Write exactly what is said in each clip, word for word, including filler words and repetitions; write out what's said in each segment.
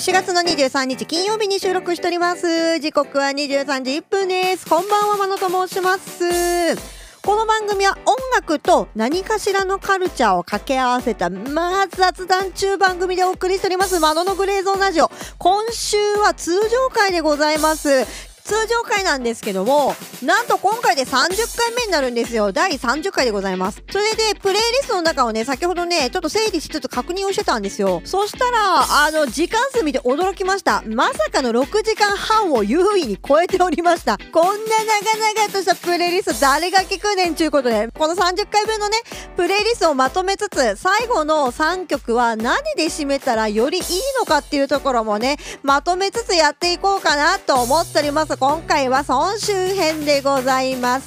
しがつのにじゅうさんにち金曜日に収録しております。時刻はにじゅうさんじいっぷんです。こんばんは、まのと申します。この番組は音楽と何かしらのカルチャーを掛け合わせたまあ雑談中番組でお送りしておりますマノのグレーゾーンラジオ。今週は通常回でございます。通常回なんですけども、なんと今回でさんじゅっかいめになるんですよ。だいさんじゅっかいでございます。それでプレイリストの中をね、先ほどねちょっと整理しつつ確認をしてたんですよ。そしたらあの時間数見て驚きました。まさかのろくじかんはんを優位に超えておりました。こんな長々としたプレイリスト誰が聞くねんちゅうことで、このさんじゅっかいぶんのねプレイリストをまとめつつ、最後のさんきょくは何で締めたらよりいいのかっていうところもねまとめつつやっていこうかなと思っております。今回は総集編でございます。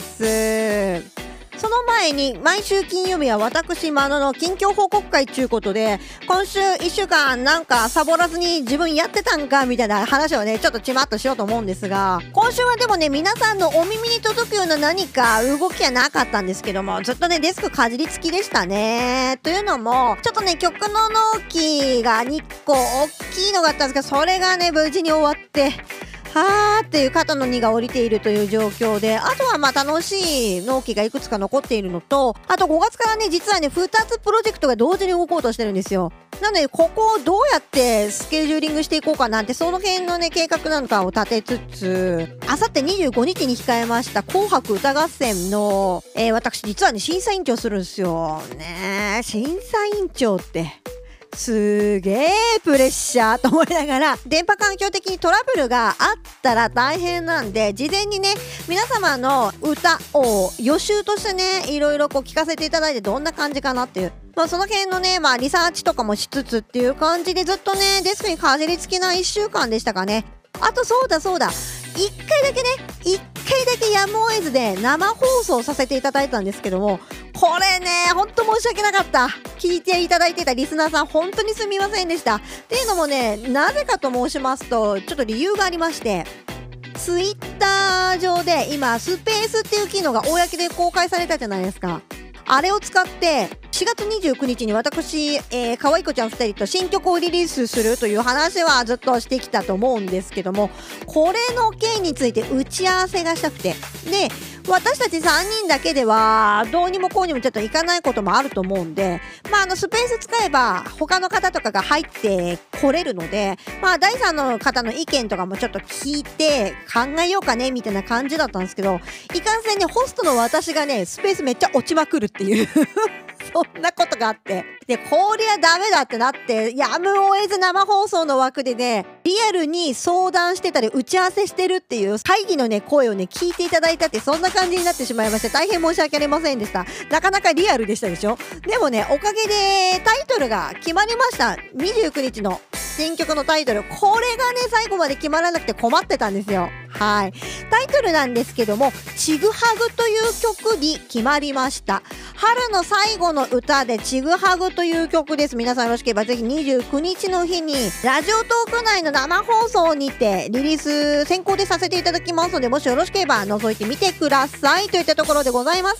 その前に毎週金曜日は私マノの近況報告会ということで、今週いっしゅうかんなんかサボらずに自分やってたんかみたいな話をねちょっとちまっとしようと思うんですが、今週はでもね皆さんのお耳に届くような何か動きはなかったんですけども、ずっとねデスクかじりつきでしたね。というのもちょっとね曲の納期がにこ大きいのがあったんですけど、それがね無事に終わってはーっていう肩の荷が下りているという状況で、あとはまあ楽しい納期がいくつか残っているのと、あとごがつからね実はねふたつプロジェクトが同時に動こうとしてるんですよ。なのでここをどうやってスケジューリングしていこうかなんて、その辺のね計画なんかを立てつつ、あさってにじゅうごにちに控えました紅白歌合戦の、えー、私実はね審査委員長するんですよね。審査委員長ってすげープレッシャーと思いながら、電波環境的にトラブルがあったら大変なんで、事前にね皆様の歌を予習としてねいろいろこう聞かせていただいて、どんな感じかなっていう、まあその辺のねまあリサーチとかもしつつっていう感じで、ずっとねデスクにかじりつきないっしゅうかんでしたかね。あとそうだそうだいっかいだけねいっかいだけやむを得ずで生放送させていただいたんですけども、これねほんと申し訳なかった。聞いていただいてたリスナーさん本当にすみませんでした。っていうのもね、なぜかと申しますとちょっと理由がありまして、ツイッター上で今スペースっていう機能が公で公開されたじゃないですか。あれを使ってしがつにじゅうくにちに私、えー、かわいこちゃんふたりと新曲をリリースするという話はずっとしてきたと思うんですけども、これの件について打ち合わせがしたくて、で私たちさんにんだけではどうにもこうにもちょっといかないこともあると思うんで、まああのスペース使えば他の方とかが入ってこれるので、まあだいさんの方の意見とかもちょっと聞いて考えようかねみたいな感じだったんですけど、いかんせんねホストの私がねスペースめっちゃ落ちまくるっていうそんなことがあって、でこりゃダメだってなって、やむを得ず生放送の枠でねリアルに相談してたり打ち合わせしてるっていう会議のね声をね聞いていただいたって、そんな感じになってしまいまして大変申し訳ありませんでした。なかなかリアルでしたでしょ。でもねおかげでタイトルが決まりました。にじゅうくにちの新曲のタイトル、これがね最後まで決まらなくて困ってたんですよ。はい、タイトルなんですけども、ちぐはぐという曲に決まりました。春の最後の歌でちぐはぐという曲です。皆さんよろしければぜひにじゅうくにちの日にラジオトーク内の生放送にてリリース先行でさせていただきますので、もしよろしければ覗いてみてくださいといったところでございます。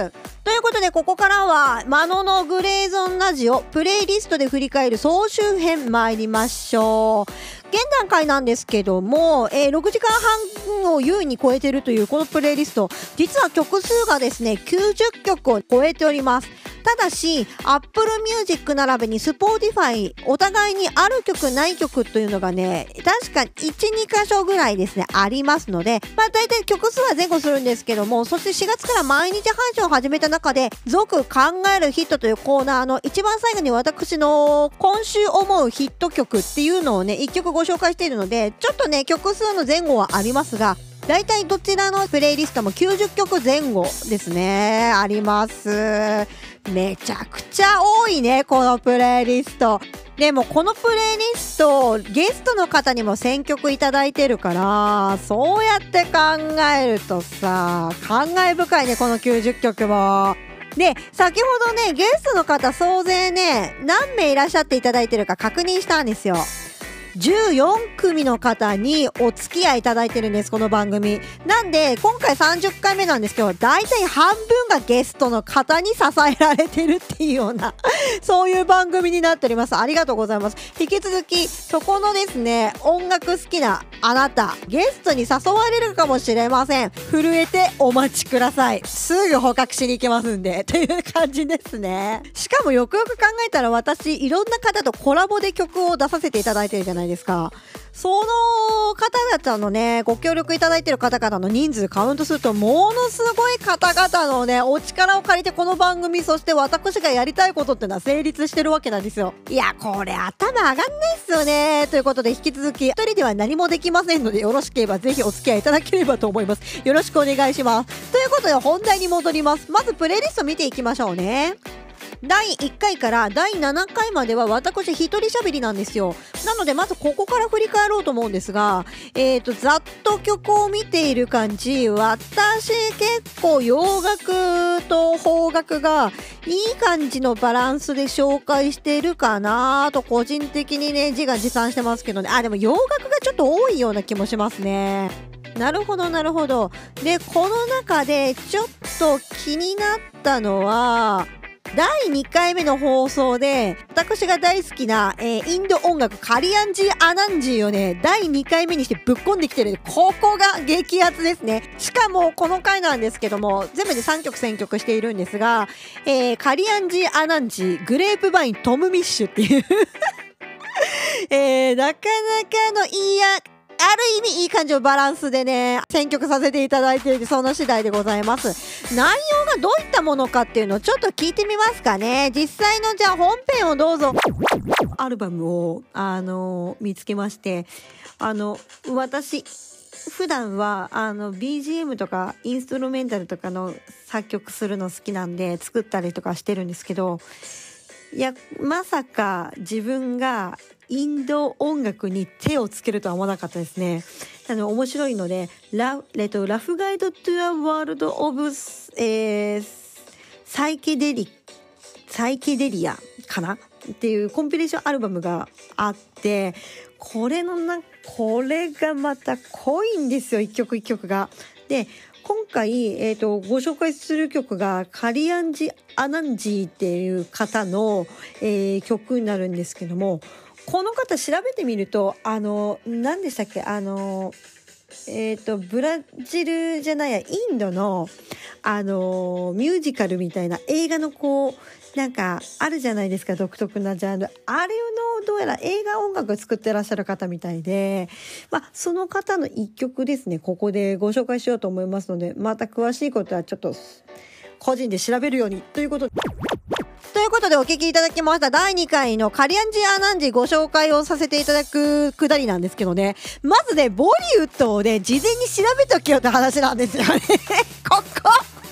ということでここからはマノのグレーゾンラジオプレイリストで振り返る総集編参りましょう。現段階なんですけども、えー、ろくじかんはんを優位に超えているというこのプレイリスト、実は曲数がですねきゅうじゅっきょくを超えております。ただし Apple Music 並びに Spotify お互いにある曲ない曲というのがね確かいち、にかしょぐらいですねありますので、まあ大体曲数は前後するんですけども、そしてしがつから毎日配信を始めた中で続考えるヒットというコーナーの一番最後に私の今週思うヒット曲っていうのをねいっきょくご紹介しているので、ちょっとね曲数の前後はありますが、だいたいどちらのプレイリストもきゅうじゅっきょくぜん後ですねあります。めちゃくちゃ多いねこのプレイリスト。でもこのプレイリストゲストの方にも選曲いただいてるから、そうやって考えるとさ感慨深いねこのきゅうじゅっきょくも。で先ほどねゲストの方総勢ね何名いらっしゃっていただいてるか確認したんですよ。 じゅうよんくみの方にお付き合いいただいてるんです、この番組。なんで今回さんじゅっかいめなんですけど、だいたい半分がゲストの方に支えられてるっていうようなそういう番組になっております。ありがとうございます。引き続きそこのですね、音楽好きなあなた、ゲストに誘われるかもしれません。震えてお待ちください。すぐ捕獲しに行けますんでという感じですね。しかもよくよく考えたら、私いろんな方とコラボで曲を出させていただいてるじゃないですか。その方々のね、ご協力いただいてる方々の人数カウントすると、ものすごい方々のね、お力を借りてこの番組、そして私がやりたいことっていうのは成立してるわけなんですよ。いや、これ頭上がんないっすよね。ということで、引き続き一人では何もできませんので、よろしければぜひお付き合いいただければと思います。よろしくお願いします。ということで、本題に戻ります。まずプレイリスト見ていきましょうね。だいいっかいからだいななかいまでは私一人喋りなんですよ。なのでまずここから振り返ろうと思うんですが、えーとざっと曲を見ている感じ、私結構洋楽と邦楽がいい感じのバランスで紹介しているかなと個人的にね、自画自賛してますけどね。あ、でも洋楽がちょっと多いような気もしますね。なるほどなるほど。で、この中でちょっと気になったのは、だいにかいめの放送で私が大好きな、えー、インド音楽カリアンジー・アナンジーをね、だいにかいめにしてぶっこんできてる。ここが激アツですね。しかもこの回なんですけども、全部でさんきょく選曲しているんですが、えー、カリアンジー・アナンジー、グレープバイン、トム・ミッシュっていうえー、なかなかのいいやある意味いい感じのバランスでね、選曲させていただいている、そんな次第でございます。内容がどういったものかっていうのをちょっと聞いてみますかね。実際のじゃあ本編をどうぞ。アルバムをあの見つけまして、あの私普段はあの ビージーエム とかインストゥルメンタルとかの作曲するの好きなんで作ったりとかしてるんですけど、いやまさか自分がインド音楽に手をつけるとは思わなかったですね。あの面白いので、ラ, えっとラフガイドトゥアワールドオブ、えー、サイケデリサイケデリアかなっていうコンピレーションアルバムがあって、これのなこれがまた濃いんですよ、一曲一曲が。で今回、えーと、ご紹介する曲がカリアンジ・アナンジーっていう方の、えー、曲になるんですけども、この方調べてみると、あの何でしたっけ、あのえーとブラジルじゃないやインドのあのミュージカルみたいな映画のこうなんかあるじゃないですか、独特なジャンル。あれのどうやら映画音楽を作ってらっしゃる方みたいで、まあその方の一曲ですね、ここでご紹介しようと思いますので、また詳しいことはちょっと個人で調べるようにということで。ということでお聞きいただきましただいにかいのカリアンジー・アナンジーご紹介をさせていただくくだりなんですけどね、まずねボリウッドをね事前に調べとけよって話なんですよねここ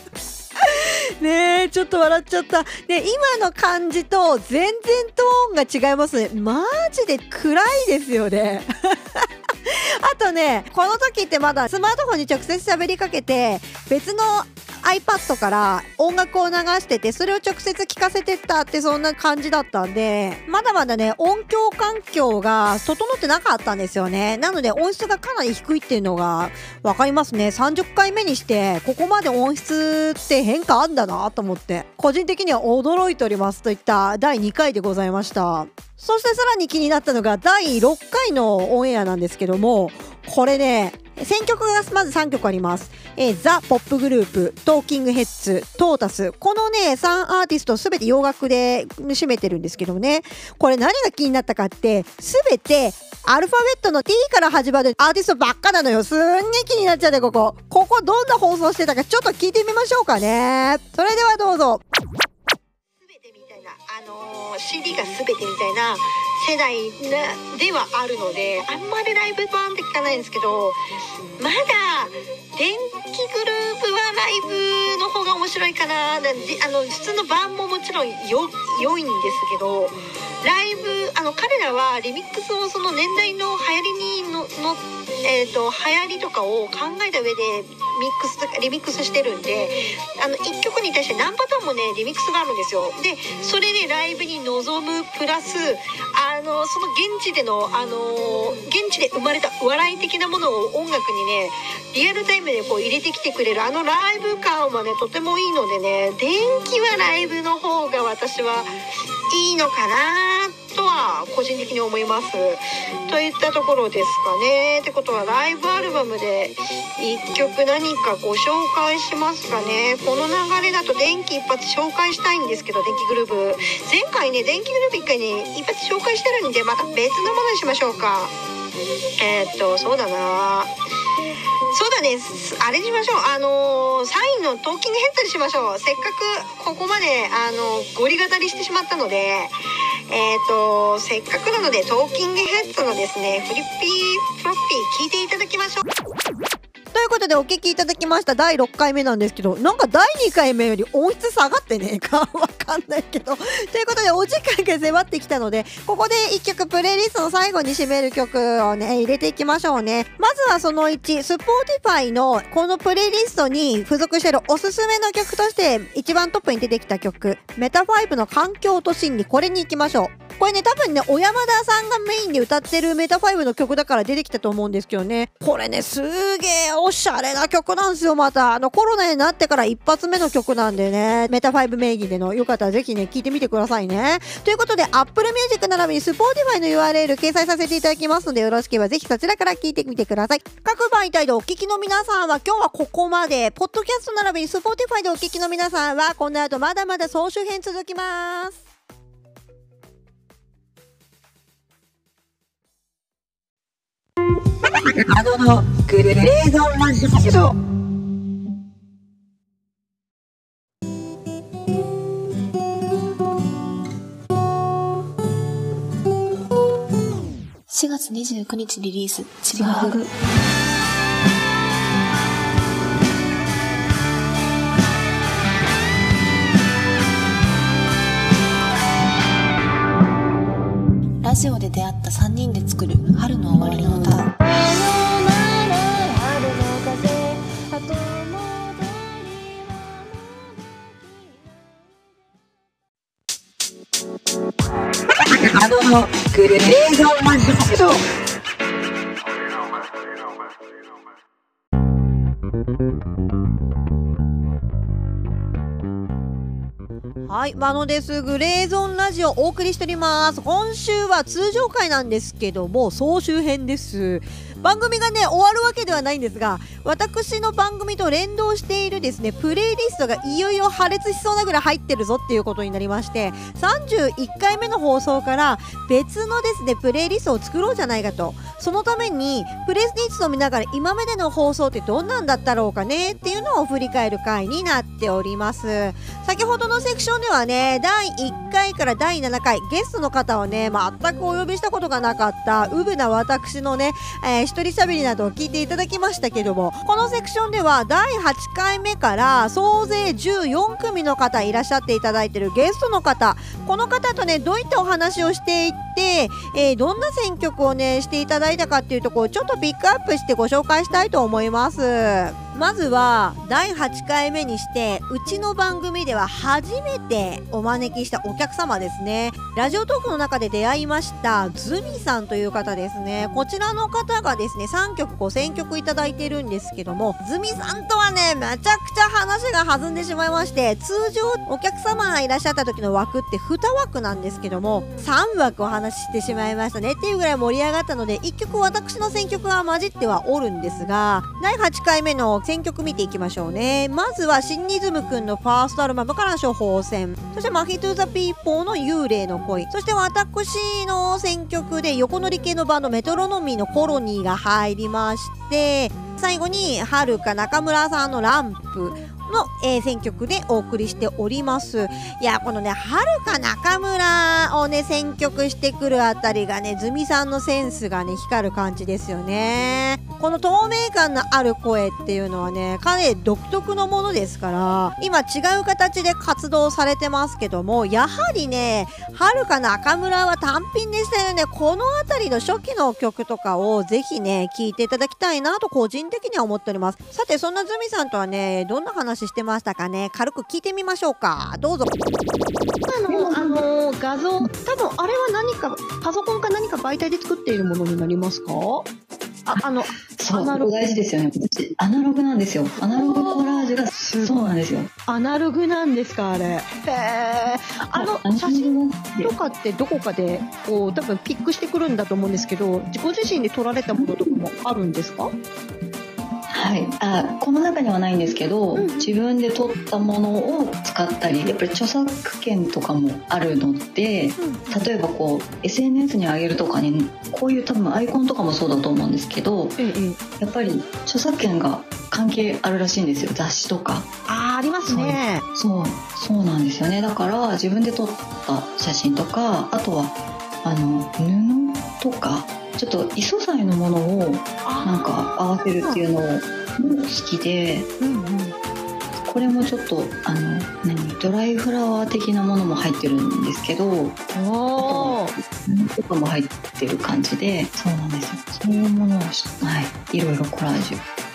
ねえちょっと笑っちゃった。で今の感じと全然トーンが違いますね。マジで暗いですよねあとね、この時ってまだスマートフォンに直接喋りかけて別のiPad から音楽を流してて、それを直接聴かせてったって、そんな感じだったんで、まだまだね音響環境が整ってなかったんですよね。なので音質がかなり低いっていうのが分かりますね。さんじゅっかいめにしてここまで音質って変化あんだなと思って、個人的には驚いておりますといっただいにかいでございました。そしてさらに気になったのがだいろっかいのオンエアなんですけども、これね選曲がまずさんきょくあります。えー、ザ・ポップグループ、トーキングヘッズ、トータス。このね、さんアーティストすべて洋楽で占めてるんですけどもね。これ何が気になったかって、すべてアルファベットの T から始まるアーティストばっかなのよ。すんげえ気になっちゃうね、ここ。ここどんな放送してたかちょっと聞いてみましょうかね。それではどうぞ。 すべてみたいな、あのー、シーディー がすべてみたいな世代ではあるので、あんまりライブ版って聞かないんですけど、まだ電気グループはライブの方が面白いかな。あの普通の版ももちろんよ良いんですけど、ライブあの彼らはリミックスをその年代の流行りにの乗っえー、と流行りとかを考えた上でミックスとかリミックスしてるんで、あのいっきょくに対して何パターンもねリミックスがあるんですよ。でそれでライブに臨むプラスあのその現地でのあの現地で生まれた笑い的なものを音楽にねリアルタイムでこう入れてきてくれるあのライブ感はねとてもいいのでね、電気はライブの方が私はいいのかなとは個人的に思います。といったところですかね。ってことはライブアルバムでいっきょく何かご紹介しますかね。この流れだと電気一発紹介したいんですけど、電気グルーブ前回ね電気グルーブいっかいね一発紹介してるんで、また別のものにしましょうか。えー、っとそうだなそうだねあれにしましょう。あのー、サインのトーキングヘッドにしましょう。せっかくここまであのゴリ語りしてしまったので、えーとせっかくなのでトーキングヘッドのですねフリッピーフロッピー聞いていただきましょう。 ということでお聞きいただきましただいろっかいめなんですけど、なんかだいにかいめより音質下がってねえかわかんないけどということでお時間が迫ってきたので、ここでいっきょくプレイリストの最後に締める曲をね入れていきましょうね。まずはそのいち、 Spotify のこのプレイリストに付属しているおすすめの曲として一番トップに出てきた曲、メタファイブの環境と心理、これに行きましょう。これね多分ね小山田さんがメインで歌ってるメタファイブの曲だから出てきたと思うんですけどね、これねすげえおしゃれな曲なんですよ。またあのコロナになってから一発目の曲なんでね、メタファイブ名義でのよかったらぜひね聞いてみてくださいね。ということで Apple Music 並びに Spotify の ユーアールエル 掲載させていただきますので、よろしければぜひそちらから聞いてみてください。各媒体でお聞きの皆さんは今日はここまで。ポッドキャスト並びに Spotify でお聞きの皆さんはこの後まだまだ総集編続きます。 あののグレーゾンラジオしがつにじゅうくにちリリース、ちぐはぐ。ラジオで出会ったさんにんで作る春の終わりの歌。 あののグレーゾンラジオ。 はい、マノです。グレーゾーンラジオお送りしております。今週は通常回なんですけども総集編です。番組がね終わるわけではないんですが、私の番組と連動しているですねプレイリストがいよいよ破裂しそうなぐらい入ってるぞっていうことになりまして、さんじゅういっかいめの放送から別のですねプレイリストを作ろうじゃないかと。そのためにプレイリストを見ながら今までの放送ってどんなんだったろうかねっていうのを振り返る回になっております。先ほどのセクションではねだいいっかいからだいななかいゲストの方をね全くお呼びしたことがなかったウブな私のね、えー、一人喋りなどを聞いていただきましたけども、このセクションではだいはちかいめから総勢じゅうよんくみの方いらっしゃっていただいているゲストの方、この方とねどういったお話をしていって、えー、どんな選曲をねしていただいたかっていうところをちょっとピックアップしてご紹介したいと思います。まずはだいはちかいめにしてうちの番組では初めてお招きしたお客様ですね。ラジオトークの中で出会いましたズミさんという方ですね。こちらの方がですねさんきょくご選曲いただいているんですけども、ズミさんとはねめちゃくちゃ話が弾んでしまいまして、通常お客様がいらっしゃった時の枠ってに枠なんですけどもさん枠お話ししてしまいましたねっていうぐらい盛り上がったので、いっきょく私の選曲が混じってはおるんですが、だいはちかいめの選曲見ていきましょうね。まずはシンリズムくんのファーストアルバムから処方箋、そしてマヒトゥーザピーポーの幽霊の恋、そして私の選曲で横乗り系のバンドメトロノミーのコロニーが入りまして、最後にはるか中村さんのランプの、えー、選曲でお送りしております。いやこのねはるか中村をね選曲してくるあたりがねズミさんのセンスがね光る感じですよね。 この透明感のある声っていうのはね、彼独特のものですから、今違う形で活動されてますけども、やはりね、はるか中村は単品でしたよね。この辺りの初期の曲とかをぜひね、聴いていただきたいなと個人的には思っております。さて、そんなズミさんとはね、どんな話してましたかね。軽く聞いてみましょうか。どうぞ。 今の、あの画像、多分あれは何かパソコンか何か媒体で作っているものになりますか？あ、あのそう、大事ですよね。アナログなんですよ。アナログコラージュがそうなんですよ。 アナログなんですか、あれ。へえ。あの写真とかってどこかでこう多分ピックしてくるんだと思うんですけど、自己自身で撮られたものとかもあるんですか？ はい、あ、この中にはないんですけど、 うん、 自分で撮ったものを使ったり、やっぱり著作権とかもあるので、うん、例えばこう エスエヌエス に上げるとかにこういう多分アイコンとかもそうだと思うんですけど、うんうん、やっぱり著作権が関係あるらしいんですよ。雑誌とかあ、ありますね。 そう、そうなんですよね。だから自分で撮った写真とか、あとはあの布とかちょっと異素材のものをなんか合わせるっていうのも好きで、うんうん、これもちょっとあの何ドライフラワー的なものも入ってるんですけど、お布とかも入ってる感じで、そうなんですよ。そういうものを、はい、いろいろコラージュ。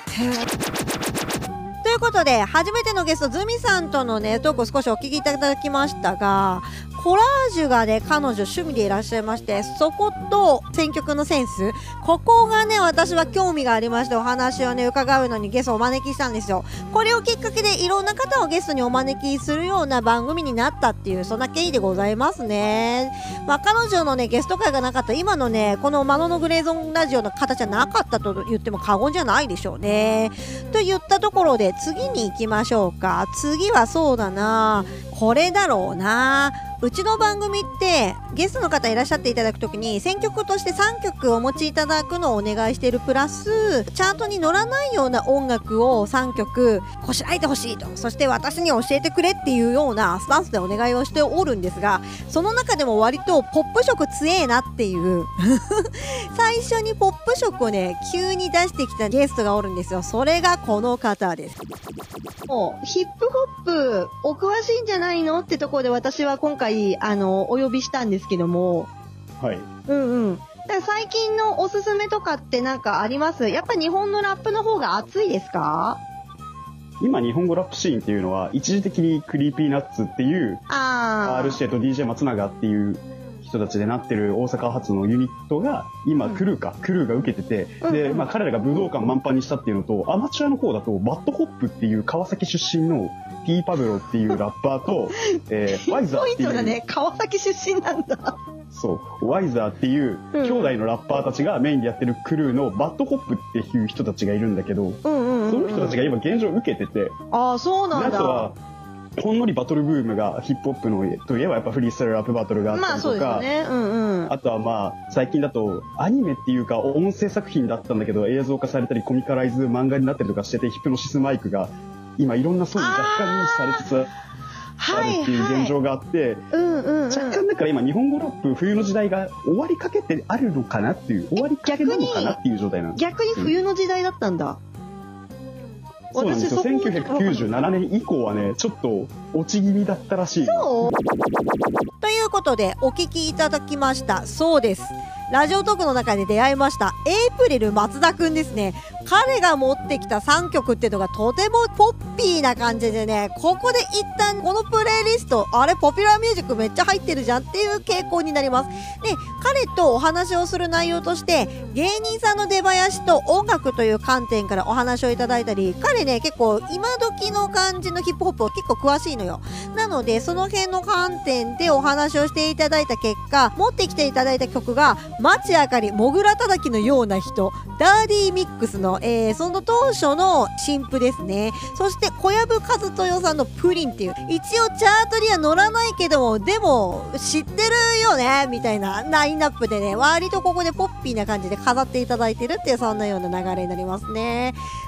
ということで、初めてのゲストズミさんとのねトークを少しお聞きいただきましたが、コラージュがね彼女趣味でいらっしゃいまして、そこと選曲のセンス、ここがね私は興味がありまして、お話をね伺うのにゲストをお招きしたんですよ。これをきっかけでいろんな方をゲストにお招きするような番組になったっていう、そんな経緯でございますね。まあ彼女のねゲスト会がなかったら今のねこのマノのグレーゾーンラジオの形はなかったと言っても過言じゃないでしょうね。と言ったところで次に行きましょうか。次はそうだな、これだろうな。うちの番組ってゲストの方いらっしゃっていただくときに選曲としてさんきょくお持ちいただくのをお願いしているプラス、チャートに乗らないような音楽をさんきょくこしらえてほしいと、そして私に教えてくれっていうようなスタンスでお願いをしておるんですが、その中でも割とポップ色強えなっていう最初にポップ色をね急に出してきたゲストがおるんですよ。それがこの方です。 もうヒップホップお詳しいんじゃないのってところで私は今回あのお呼びしたんですけども、 はい、 うんうん。だから最近のおすすめとかってなんかあります？やっぱ日本のラップの方が熱いですか？ 今日本語ラップシーンっていうのは一時的にクリーピーナッツっていうあアールシェ と ディージェー 松永っていう人たちでなってる大阪発のユニットが今、うん、クルーかクルーが受けてて、うんうん、で、まあ、彼らが武道館満帆にしたっていうのと、アマチュアの方だとバッドホップっていう川崎出身の T パブロっていうラッパーと、えー、ワイザーっていう、 ポイントだね、川崎出身なんだ。 そうワイザーっていう兄弟のラッパーたちがメインでやってるクルーのバッドホップっていう人たちがいるんだけど、うんうんうんうん、その人たちが今現状受けてて、 ああそうなんだ。 あとはほんのりバトルブームがヒップホップのといえばやっぱフリースタイルラップバトルがあったりとか、 まあそうですね、うんうん、 あとはまあ最近だとアニメっていうか音声作品だったんだけど映像化されたりコミカライズ漫画になったりとかしてて、ヒプノシスマイクが今いろんな層に若干認知されつつあるっていう現状があって、若干だから今日本語ラップ冬の時代が終わりかけてあるのかなっていう、終わりかけなのかなっていう状態なんです。 逆に冬の時代だったんだ。 そうなんですよ。せんきゅうひゃくきゅうじゅうななねん以降はねちょっと落ち気味だったらしい。 そうということでお聞きいただきました。そうです、ラジオトークの中で出会いましたエイプリル松田くんですね。彼が持ってきたさんきょくっていうのがとてもポッピーな感じでね、ここで一旦このプレイリスト、あれポピュラーミュージックめっちゃ入ってるじゃんっていう傾向になります。で、彼とお話をする内容として芸人さんの出囃子と音楽という観点からお話をいただいたり、彼ね結構今時の感じのヒップホップを結構詳しいのよ。なのでその辺の観点でお話をしていただいた結果、持ってきていただいた曲が町あかり、もぐらたたきのような人、ダーディーミックスの、えー、その当初の新譜ですね。そして小籔和豊さんのプリンっていう、一応チャートには乗らないけどもでも知ってるよねみたいなラインナップでね、割とここでポッピーな感じで飾っていただいてるっていう、そんなような流れになりますね。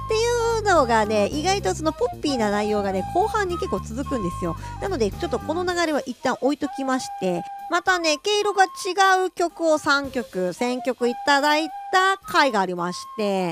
っていうのがね、意外とそのポッピーな内容がね、後半に結構続くんですよ。なので、ちょっとこの流れは一旦置いときまして、またね、毛色が違う曲をさんきょく選曲いただいた回がありまして、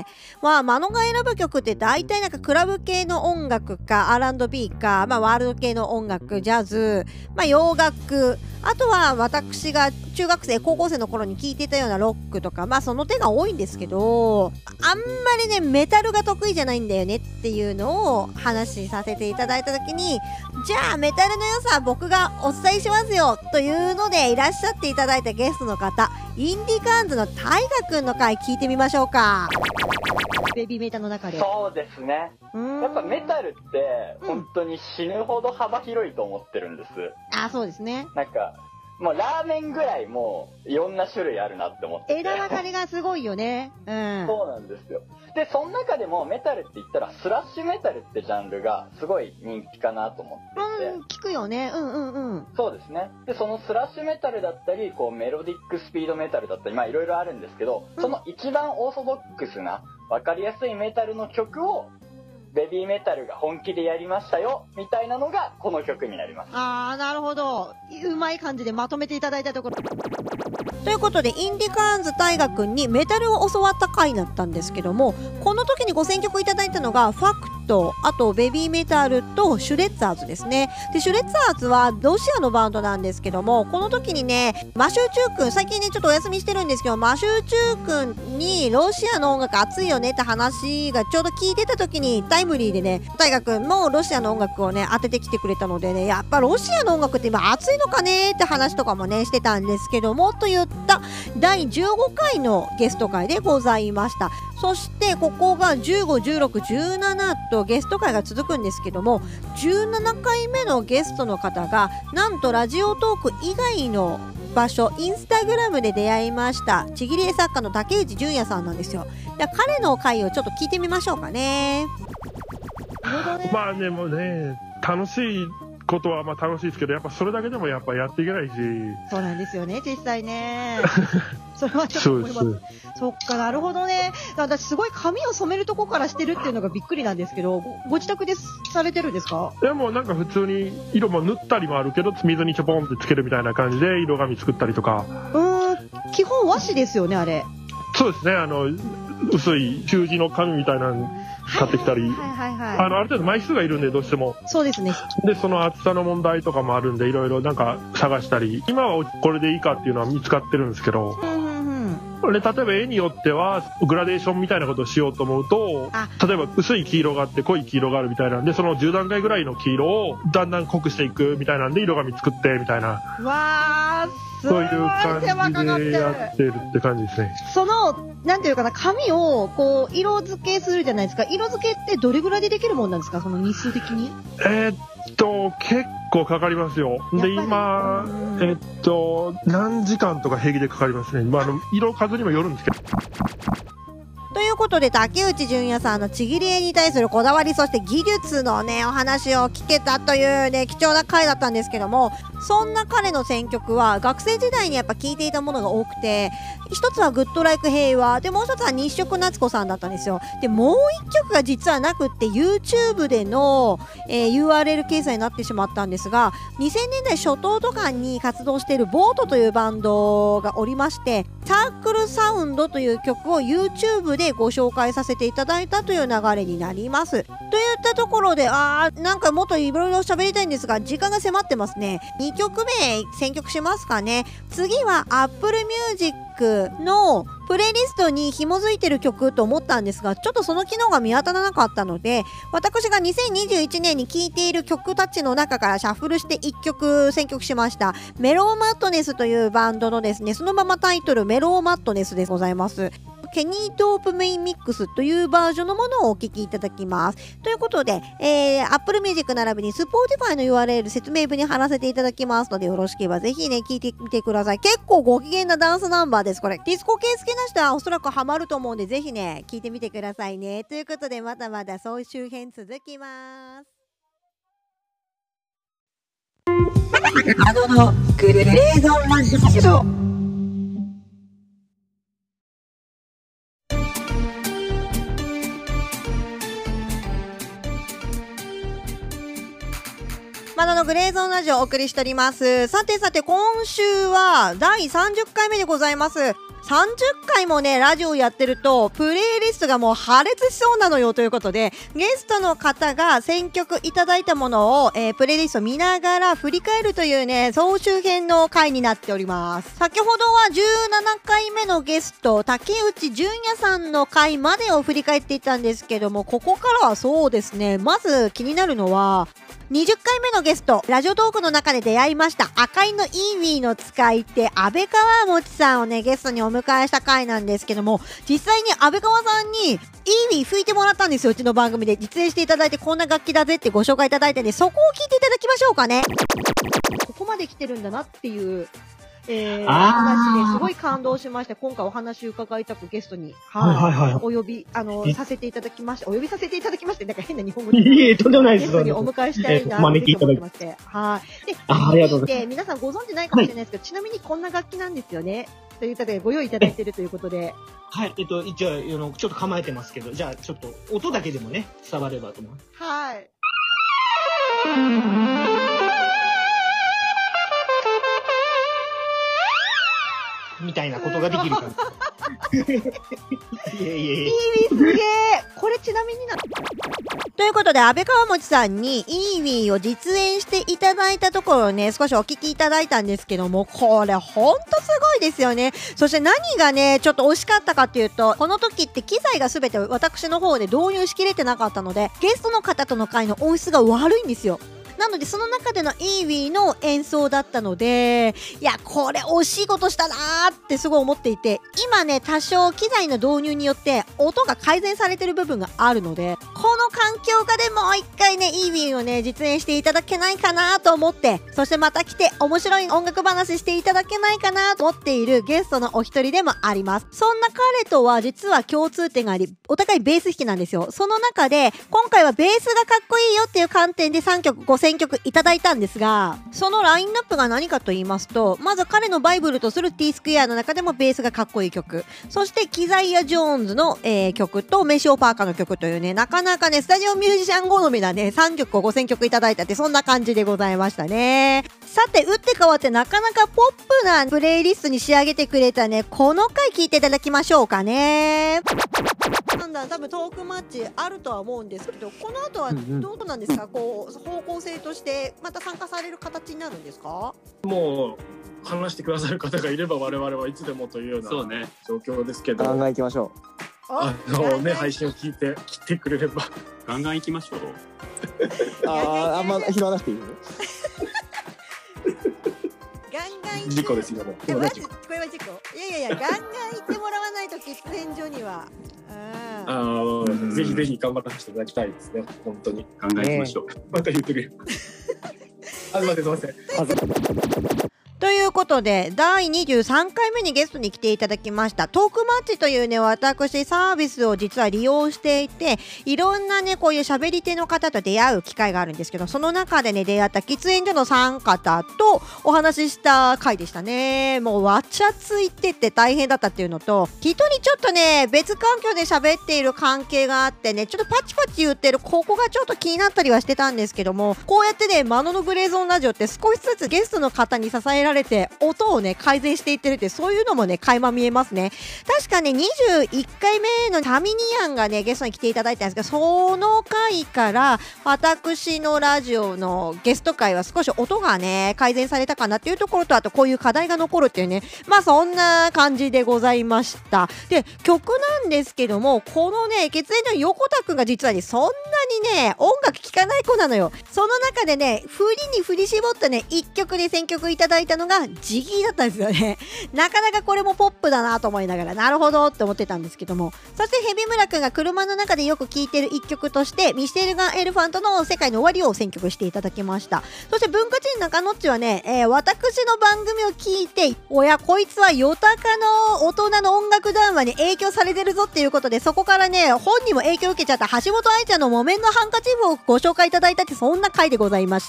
まあ、マノが選ぶ曲って大体なんかクラブ系の音楽か アールアンドビー か、まあ、ワールド系の音楽、ジャズ、まあ、洋楽、あとは私が中学生、高校生の頃に聴いてたようなロックとか、まあその手が多いんですけど、あんまりね、メタルが得意じゃないんだよねっていうのを話させていただいたときに、じゃあメタルの良さは僕がお伝えしますよというのでいらっしゃっていただいたゲストの方、インディカーンズのタイガくんの回聞いてみましょうか。 ベビーメタの中で。 そうですね。やっぱメタルって本当に死ぬほど幅広いと思ってるんです。 あ、そうですね。 なんかもうラーメンぐらいもういろんな種類あるなって思ってて、 枝分かれがすごいよね。うん。 そうなんですよ。でその中でもメタルって言ったらスラッシュメタルってジャンルがすごい人気かなと思っていて、 うん、聞くよね。うんうんうん。 そうですね。でそのスラッシュメタルだったりこうメロディックスピードメタルだったり、まあいろいろあるんですけど、その一番オーソドックスな分かりやすいメタルの曲をベビーメタルが本気でやりましたよみたいなのがこの曲になります。 あー、なるほど。うまい感じでまとめていただいたところ。 ということで、インディカーンズ大河君にメタルを教わった回だったんですけども、この時にご選曲いただいたのがファクト、あとベビーメタルとシュレッザーズですね。でシュレッザーズはロシアのバンドなんですけども、この時にね、マシューチュー君、最近ねちょっとお休みしてるんですけど、マシューチュー君にロシアの音楽熱いよねって話がちょうど聞いてた時にタイムリーでね、大河君もロシアの音楽をね当ててきてくれたのでね、やっぱロシアの音楽って今熱いのかねって話とかもねしてたんですけども、といっただいじゅうごかいのゲスト会でございました。そしてここがじゅうご、じゅうろく、じゅうななとゲスト会が続くんですけども、じゅうななかいめのゲストの方がなんとラジオトーク以外の場所、インスタグラムで出会いましたちぎり絵作家の竹内純也さんなんですよ。で彼の回をちょっと聞いてみましょうかね。 まあでもね、楽しいことはまあ楽しいですけど、やっぱそれだけでもやっぱやっていけないし。 そうなんですよね、実際ね。それはちょっと思います。そっか、なるほどね。私すごい髪を染めるとこからしてるっていうのがびっくりなんですけど、ご, ご自宅でされてるんですか？ いやもうなんか普通に色も塗ったりもあるけど、水にちょぽんってつけるみたいな感じで色紙作ったりとか。 うーん、基本和紙ですよね、あれ。 そうですね、あの薄い習字の紙みたいなの買ってきたり、あのある程度枚数がいるんでどうしても。 そうですね。 でその厚さの問題とかもあるんで、いろいろなんか探したり、今はこれでいいかっていうのは見つかってるんですけど、うんうんうん、で例えば絵によってはグラデーションみたいなことをしようと思うと、例えば薄い黄色があって濃い黄色があるみたいなんで、そのじゅうだんかいぐらいの黄色をだんだん濃くしていくみたいなんで色紙作ってみたいな。 わー、 そういう感じでやってるって感じですね。 そのなんていうかな、紙をこう色付けするじゃないですか。色付けってどれぐらいでできるもんなんですか、その日数的に？ えー、っと結構かかりますよ。で今えー、っと何時間とか平気でかかりますね。まあ、あの色数にもよるんですけど。 ということで、竹内純也さんのちぎり絵に対するこだわり、そして技術のねお話を聞けたというね貴重な回だったんですけども、そんな彼の選曲は学生時代にやっぱ聴いていたものが多くて、一つはグッドライク平和で、もう一つは日食夏子さんだったんですよ。でもう一曲が実はなくって YouTube での、えー、ユーアールエル 掲載になってしまったんですが、にせんねんだい初頭とかに活動しているボートというバンドがおりまして、サークルサウンドという曲を YouTube でご紹介させていただいたという流れになります。といったところで、あーなんかもっといろいろ喋りたいんですが時間が迫ってますね。にきょくめ選曲しますかね。次は Apple Musicのプレイリストに紐づいてる曲と思ったんですが、ちょっとその機能が見当たらなかったので、私がにせんにじゅういちねんに聴いている曲たちの中からシャッフルしていっきょく選曲しました。メローマットネスというバンドのですね、そのままタイトルメローマットネスでございます。ケニードープメインミックスというバージョンのものをお聴きいただきます。ということで、えー、Apple Music 並びに Spotify の ユーアールエル 説明文に貼らせていただきますので、よろしければぜひね、聴いてみてください。結構ご機嫌なダンスナンバーです、これ。ディスコ系好きな人はおそらくハマると思うんで、ぜひね、聴いてみてくださいね。ということで、まだまだ総集編続きます。 あののグレーゾンラジオ。 マナのグレーゾーンラジオをお送りしております。さてさて、今週はだいさんじゅっかいめでございます。さんじゅっかいもね、ラジオやってると、プレイリストがもう破裂しそうなのよということで、ゲストの方が選曲いただいたものを、えー、プレイリスト見ながら振り返るというね、総集編の回になっております。先ほどはじゅうななかいめのゲスト、竹内純也さんの回までを振り返っていたんですけども、ここからはそうですね、まず気になるのは、にじゅっかいめのゲスト、ラジオトークの中で出会いました赤いのイーウィーの使い手、安倍川持さんをね、ゲストにお迎えした回なんですけども、実際に安倍川さんにイーウィー吹いてもらったんですよ。うちの番組で実演していただいて、こんな楽器だぜってご紹介いただいてね、そこを聞いていただきましょうかね。ここまで来てるんだなっていう、えー、話ですごい感動しまして、今回お話伺いたくゲストに、はい、はいはいはい、お呼び、あの、させていただきました。お呼びさせていただきまして、なんか変な日本語で。 いえいえ、とんでもないです。 ゲストにお迎えしたいなと思ってまして。はい。で、 あ、ありがとうございます。 皆さんご存知ないかもしれないですけど、はい、ちなみにこんな楽器なんですよね。ということで、ご用意いただいているということで。 はい、えっと、一応、あの、ちょっと構えてますけど、じゃあ、ちょっと、音だけでもね、伝わればと思います。 はい。 みたいなことができるかいえいえいえ。 いいすげえ。これちなみにな。ということで、安倍川持さんにイーウィーを実演していただいたところをね、少しお聞きいただいたんですけども、これほんとすごいですよね。そして何がね、ちょっと惜しかったかっていうと、この時って機材が全て私の方で導入しきれてなかったので、ゲストの方との会の音質が悪いんですよ。なのでその中でのイーウィーの演奏だったので、いやこれ惜しいことしたなーってすごい思っていて、今ね多少機材の導入によって音が改善されてる部分があるので、この環境下でもう一回ねイーウィーをね実演していただけないかなと思って、そしてまた来て面白い音楽話していただけないかなと思っているゲストのお一人でもあります。そんな彼とは実は共通点があり、お互いベース弾きなんですよ。その中で今回はベースがかっこいいよっていう観点でさんきょくご選曲いただいたんですが、そのラインナップが何かと言いますと、まず彼のバイブルとする T スクエアの中でもベースがかっこいい曲、そしてキザイア・ジョーンズの、えー、曲とメシオ・パーカーの曲というね、なかなかねスタジオミュージシャン好みなねさんきょくをご選曲いただいたって、そんな感じでございましたね。さて打って変わってなかなかポップなプレイリストに仕上げてくれたね、この回聞いていただきましょうかね。なんだ多分トークマッチあるとは思うんですけど、この後はどうなんですか、うんうん、こう方向性としてまた参加される形になるんですか？ もう話してくださる方がいれば我々はいつでもというような状況ですけど、 ガンガン行きましょう。 あのね配信を聞いて来てくれればガンガン行きましょう。 ああ、あんま拾わなくていいの？ ガンガン行って事故ですよね。 いやマジこれは事故。いやいやいやガンガン行ってもらわないと喫煙所には。 ああ、ぜひぜひ頑張らせていただきたいですね。本当に考えてましょう。 また言ってるよ。あ、すみません、すみません。 ということでだいにじゅうさんかいめにゲストに来ていただきましたトークマッチというね、私サービスを実は利用していて、いろんなねこういう喋り手の方と出会う機会があるんですけど、その中でね出会った喫煙所のさん方とお話しした回でしたね。もうわちゃついてて大変だったっていうのと、人にちょっとね別環境で喋っている関係があってね、ちょっとパチパチ言ってるここがちょっと気になったりはしてたんですけども、こうやってねマノのグレーゾーンラジオって少しずつゲストの方に支えられて音をね改善していってるって、そういうのもね垣間見えますね。確かねにじゅういっかいめのタミニアンがねゲストに来ていただいたんですけど、その回から私のラジオのゲスト回は少し音がね改善されたかなっていうところと、あとこういう課題が残るっていうね、まあそんな感じでございました。で曲なんですけども、このね血縁の横田くんが実はねそんなにね音楽聴かない子なのよ。その中でね振りに振り絞ったねいっきょくで選曲いただいたのがジギーだったんですよね。なかなかこれもポップだなと思いながら、なるほどって思ってたんですけども、そしてヘビムラくんが車の中でよく聴いてるいっきょくとしてミシェルガン・エルファントの世界の終わりを選曲していただきました。そして文化人中野っちはね、えー、私の番組を聞いて、おやこいつはヨタカの大人の音楽談話に影響されてるぞっていうことで、そこからね本にも影響を受けちゃった橋本愛ちゃんの木綿のハンカチーフをご紹介いただだいたって、そんな回でございました。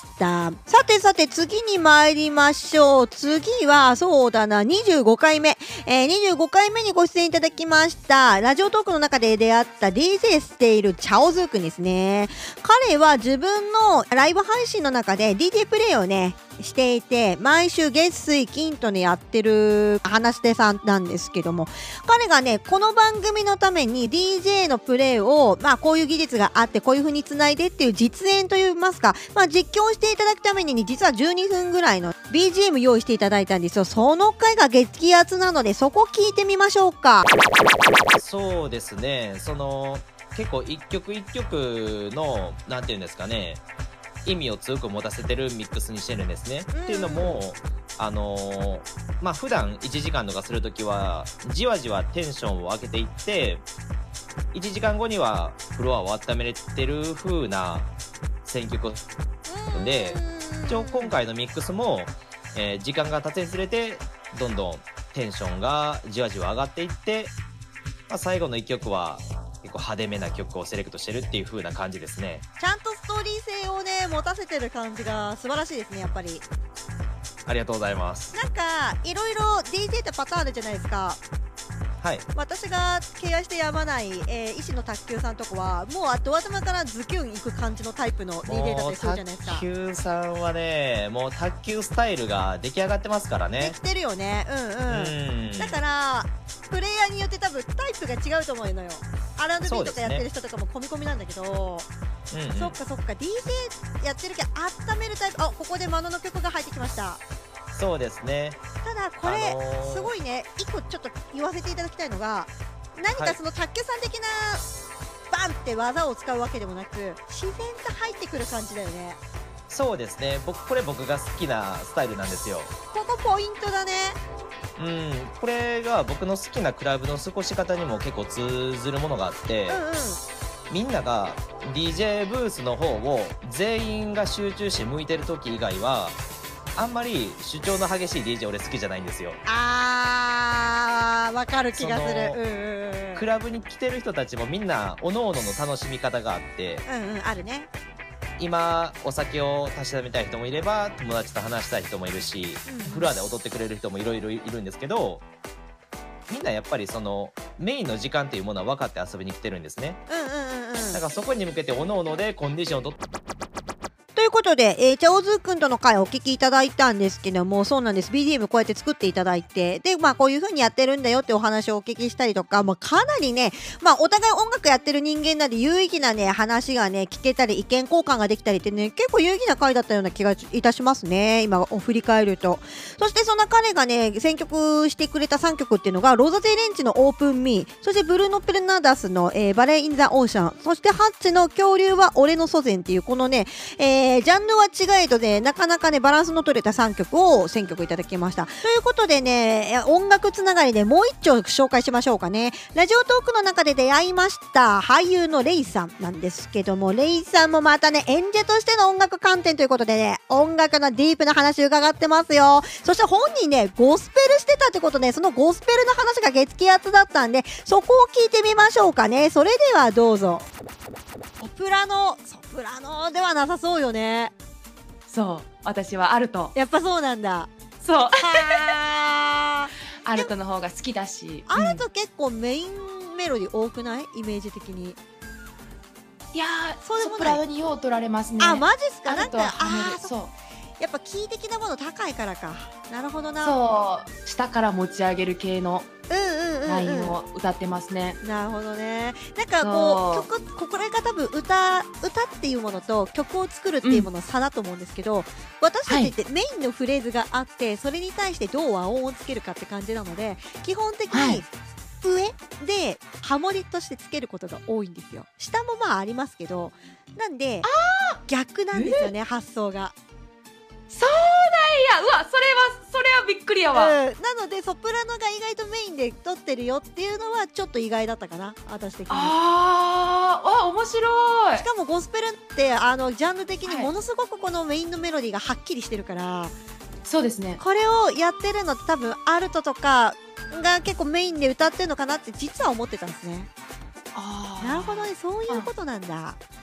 さてさて、次に参りましょう。次は、そうだな、にじゅうごかいめ。えー、にじゅうごかいめにご出演いただきました。ラジオトークの中で出会った ディージェー しているチャオズーくんですね。彼は自分のライブ配信の中で ディージェー プレイをね、していて、毎週月水金とねやってる話し手さんなんですけども、彼がねこの番組のために ディージェー のプレイをまあこういう技術があってこういう風につないでっていう実演といいますか、まあ実況していただくために、ね、実はじゅうにふんぐらいの ビージーエム 用意していただいたんですよ。その回が激アツなので、そこ聞いてみましょうか。 そうですね、その結構一曲一曲のなんていうんですかね、意味を強く持たせてるミックスにしてるんですね。っていうのも、あのー、まあ普段いちじかんとかするときはじわじわテンションを上げていって、いちじかんごにはフロアを温めれてる風な選曲で、一応今回のミックスも、えー、時間が経つにつれてどんどんテンションがじわじわ上がっていって、まあ、最後のいっきょくは結構派手めな曲をセレクトしてるっていう風な感じですね。 ちゃんとストーリー性をね持たせてる感じが素晴らしいですね、やっぱり。 ありがとうございます。 なんかいろいろ ディージェー ってパターンあるじゃないですか。 はい、 私が敬愛してやまない、えー、医師の卓球さんとこはもうド頭からズキュンいく感じのタイプの ディージェー だったりするじゃないですか。 卓球さんはね、もう卓球スタイルが出来上がってますからね。 できてるよね。うんうん、うん、だからプレイヤーによって多分タイプが違うと思うのよ。アールアンドビー とかやってる人とかも込み込みなんだけど、うんうん、そっかそっか ディージェー やってるけど温めるタイプ。あ、ここでマノの曲が入ってきました。 そうですね。 ただこれ、あのー、すごいね、一個ちょっと言わせていただきたいのが、何かその卓球さん的なバンって技を使うわけでもなく、自然と入ってくる感じだよね。 そうですね、僕これ僕が好きなスタイルなんですよ。 ここポイントだね。 うん、これが僕の好きなクラブの過ごし方にも結構通ずるものがあって、うんうん、みんなが ディージェー ブースの方を全員が集中して向いてる時以外はあんまり主張の激しい ディージェー 俺好きじゃないんですよ。 あー、わかる気がする。うんうんうん、 クラブに来てる人たちもみんなおのおのの楽しみ方があって、 うんうん、あるね。 今お酒をたしなみたい人もいれば友達と話したい人もいるし、うん、フロアで踊ってくれる人もいろいろいるんですけど、みんなやっぱりそのメインの時間っていうものは分かって遊びに来てるんですね。 うんうんうんうん、 だからそこに向けておのおのでコンディションをとってということで、えー、チャオズーくんとの回をお聞きいただいたんですけども、そうなんです。ビージーエム こうやって作っていただいて、で、まあこういう風にやってるんだよってお話をお聞きしたりとか、まあかなりね、まあお互い音楽やってる人間なんで有意義なね、話がね、聞けたり、意見交換ができたりってね、結構有意義な回だったような気がいたしますね。今を振り返ると。そしてそんな彼がね、選曲してくれたさんきょくっていうのが、ローザ・ゼレンチのオープン・ミー、そしてブルーノ・ペルナダスの、えー、バレー・イン・ザ・オーシャン、そしてハッチの恐竜は俺の祖先っていう、このね、えー、ジャンルは違えどね、なかなかねバランスの取れたさんきょくを選曲いただきました。ということでね、音楽つながりでもう一丁紹介しましょうかね。ラジオトークの中で出会いました俳優のレイさんなんですけども、レイさんもまたね演者としての音楽観点ということでね、音楽のディープな話伺ってますよ。そして本人ねゴスペルしてたってことで、そのゴスペルの話が激アツだったんで、そこを聞いてみましょうかね。それではどうぞ。ソプラノソプラノではなさそうよね。 そう、私はアルト。 やっぱそうなんだ。 そうアルトの方が好きだし、 アルト結構メインメロディ多くない？イメージ的に。 いやー、そうでもない。ソプラノによう取られますね。 あ、マジっすか？なんかあー、そうやっぱキー的なもの高いからか。なるほどな。 そう下から持ち上げる系のラインを歌ってますね。 なるほどね。なんかこう曲、これが多分歌歌っていうものと曲を作るっていうものの差だと思うんですけど、うん、私たちってメインのフレーズがあって、はい、それに対してどう和音をつけるかって感じなので、基本的に上でハモリとしてつけることが多いんですよ。下もまあありますけど、なんで逆なんですよね、発想が。 そうなんや。うわ、それはそれはびっくりやわ、 うん、なのでソプラノが意外とメインで撮ってるよっていうのはちょっと意外だったかな、私的に。 あー、あ、面白い。 しかもゴスペルってあのジャンル的にものすごくこのメインのメロディーがはっきりしてるから、はい、 そうですね。 これをやってるのって多分アルトとかが結構メインで歌ってるのかなって実は思ってたんですね。あー、なるほどね、そういうことなんだ。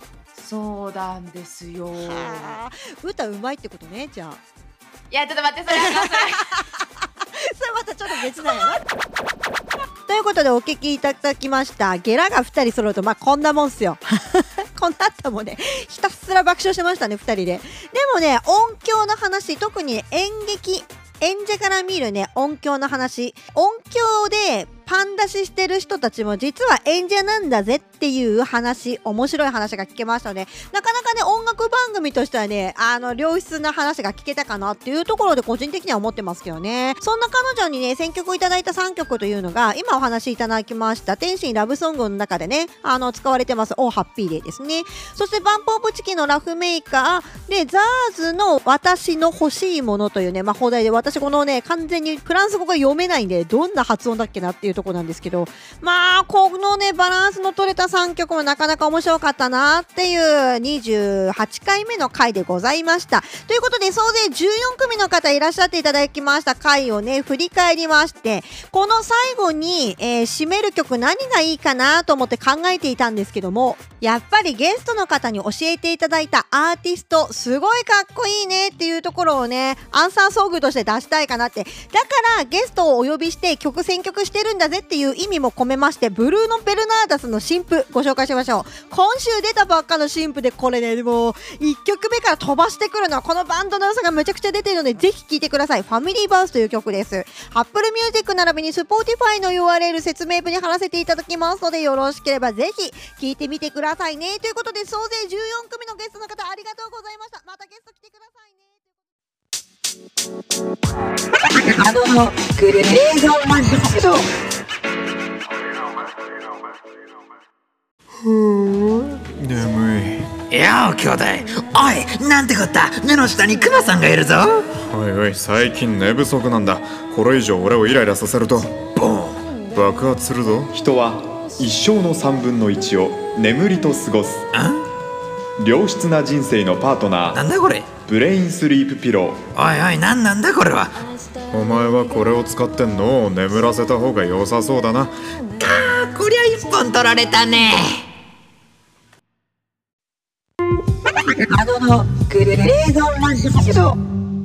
そうなんですよ。 歌うまいってことね、じゃあ。 いや、ちょっと待って、それはそれそれまたちょっと別なんやな。ということでお聞きいただきましたゲラがふたり揃うとまあこんなもんっすよ。この後もねひたすら爆笑してましたねふたりで。でもね音響の話、特に演劇演者から見るね音響の話、音響でパン出ししてる人たちも実は演者なんだぜっていう話、面白い話が聞けましたね。なかなかね音楽番組としてはねあの良質な話が聞けたかなっていうところで個人的には思ってますけどね。そんな彼女にね選曲いただいたさんきょくというのが今お話しいただきました天心ラブソングの中でねあの使われてますオーハッピーデーですね。そしてバンプオブチキンのラフメーカーでザーズの私の欲しいものというねまあ放題で、私このね完全にフランス語が読めないんでどんな発音だっけなっていうところなんですけど、まあこのねバランスの取れたさんきょくもなかなか面白かったなっていうにじゅうはちかいめの回でございました。ということで総勢じゅうよんくみの方いらっしゃっていただきました回をね振り返りまして、この最後に、えー、締める曲何がいいかなと思って考えていたんですけども、やっぱりゲストの方に教えていただいたアーティストすごいかっこいいねっていうところをねアンサーソングとして出したいかなって、だからゲストをお呼びして曲選曲してるんだぜっていう意味も込めまして、ブルーノ・ベルナーダスの新譜ご紹介しましょう。今週出たばっかの新譜で、これねもういっきょくめから飛ばしてくるのはこのバンドの良さがめちゃくちゃ出てるのでぜひ聴いてください。ファミリーバースという曲です。 Apple Music 並びに Spotify の ユーアールエル 説明文に貼らせていただきますのでよろしければぜひ聴いてみてくださいね。ということで総勢じゅうよんくみのゲストの方ありがとうございました。またゲスト来てくださいね。 あのグレーゾーンラジオ。 ふぅ眠い。やお兄弟、おいなんてこった、目の下にクマさんがいるぞ。 おいおい最近寝不足なんだ。これ以上俺をイライラさせるとボーン爆発するぞ。 人は一生のさんぶんのいちを眠りと過ごす。良質な人生のパートナー。 なんだこれ。 ブレインスリープピロー。 おいおいなんなんだこれは。 お前はこれを使って脳を眠らせた方が良さそうだな。かーこりゃ一本取られたね。 あののグレーゾーンラジオ。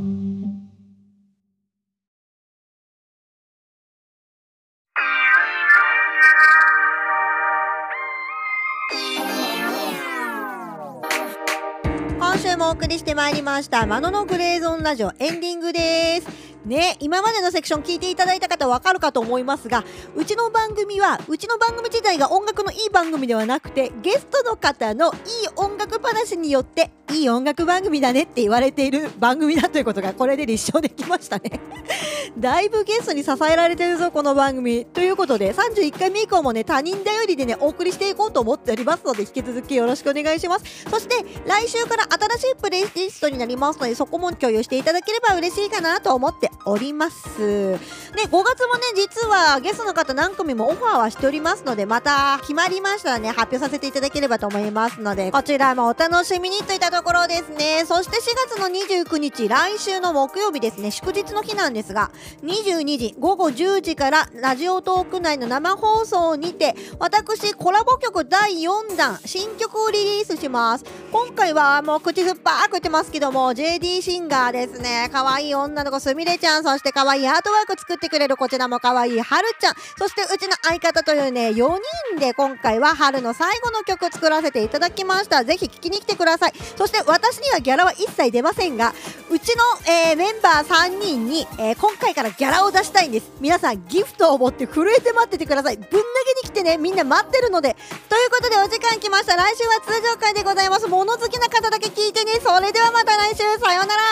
今週もお送りしてまいりましたマノのグレーゾーンラジオエンディングですね。今までのセクション聞いていただいた方わかるかと思いますが、うちの番組はうちの番組自体が音楽のいい番組ではなくて、ゲストの方のいい音楽話によっていい音楽番組だねって言われている番組だということがこれで立証できましたね。だいぶゲストに支えられてるぞこの番組ということで、さんじゅういっかいめ以降もね他人頼りでねお送りしていこうと思っておりますので引き続きよろしくお願いします。そして来週から新しいプレイリストになりますので、そこも共有していただければ嬉しいかなと思っております。でごがつもね実はゲストの方何組もオファーはしておりますので、また決まりましたらね発表させていただければと思いますので、こちらもお楽しみにといったところですね。そしてしがつのにじゅうくにち来週の木曜日ですね、祝日の日なんですがにじゅうにじごごじゅうじからラジオトーク内の生放送にて私コラボ曲だいよんだん新曲をリリースします。今回はもう口酸っぱく言ってますけども ジェーディー シンガーですね。可愛い女の子すみれちゃん、そして可愛いアートワーク作ってくれるこちらも可愛いはるちゃん、そしてうちの相方というねよにんで今回は春の最後の曲作らせていただきました。ぜひ聴きに来てください。そして私にはギャラは一切出ませんが、うちの、えー、メンバーさんにんに、えー、今回からギャラを出したいんです。皆さんギフトを持って震えて待っててください。ぶん投げに来てね、みんな待ってるので。ということでお時間来ました。来週は通常回でございます。物好きな方だけ聞いてね。それではまた来週、さようなら。